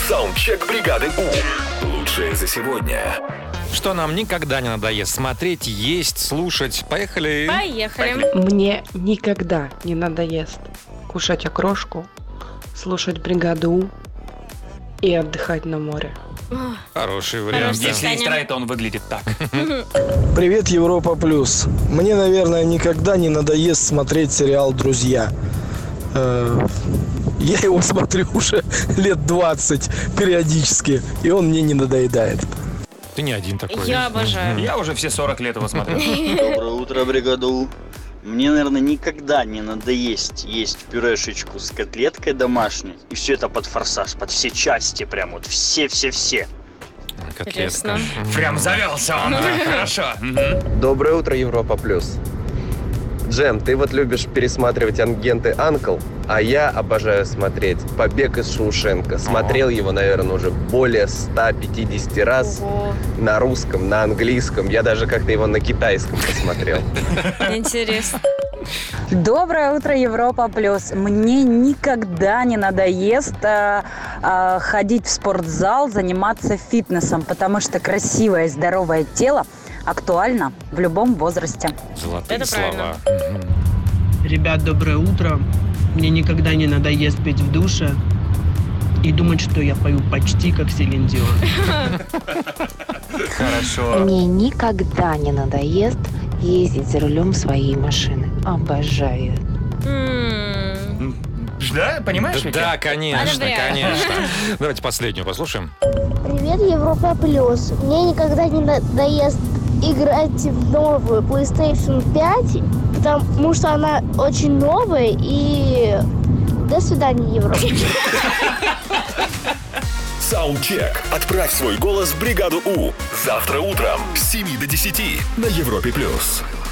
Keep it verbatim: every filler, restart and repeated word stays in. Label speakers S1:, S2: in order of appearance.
S1: Саундчек бригады У. Лучшее за сегодня.
S2: Что нам никогда не надоест смотреть, есть, слушать. Поехали.
S3: Поехали.
S4: Мне никогда не надоест кушать окрошку, слушать бригаду У и отдыхать на море.
S2: Хороший вариант.
S3: Хороший.
S2: да.
S5: Если есть рай, то он выглядит так.
S6: Привет, Европа Плюс. Мне, наверное, никогда не надоест смотреть сериал «Друзья». Э, Я его смотрю уже лет двадцать периодически, и он мне не надоедает.
S2: Ты не один такой.
S3: Я обожаю.
S5: Я уже все сорок лет его смотрю.
S7: Доброе утро, бригаду. Мне, наверное, никогда не надоест есть пюрешечку с котлеткой домашней. И все это под форсаж, под все части, прям вот все-все-все.
S2: Котлетка.
S3: Интересно.
S5: Прям завелся он. Так, хорошо. Мгм.
S8: Доброе утро, Европа Плюс. Джем, ты вот любишь пересматривать «Агенты Анкл», а я обожаю смотреть «Побег из Шоушенка». Смотрел его, наверное, уже более ста пятидесяти раз
S3: Ого.
S8: на русском, на английском. Я даже как-то его на китайском посмотрел.
S3: Интересно.
S9: Доброе утро, Европа Плюс. Мне никогда не надоест э, э, ходить в спортзал, заниматься фитнесом, потому что красивое и здоровое тело актуально в любом возрасте.
S2: Золотые
S3: Это
S2: слова.
S3: правильно.
S2: Мгм.
S10: Ребят, доброе утро. Мне никогда не надоест петь в душе и думать, что я пою почти как Селин Дион.
S5: Хорошо.
S11: Мне никогда не надоест ездить за рулем своей машины. Обожаю.
S3: М,
S5: Да, понимаешь,
S2: Да,
S5: Витя?
S2: да, конечно,
S3: Одобряю.
S2: конечно. Давайте последнюю послушаем.
S12: Привет, Европа Плюс. Мне никогда не надоест играть в новую PlayStation пять, потому что она очень новая, и до свидания, Европа.
S1: Саундчек. Отправь свой голос в бригаду У. Завтра утром с семи до десяти на Европе Плюс.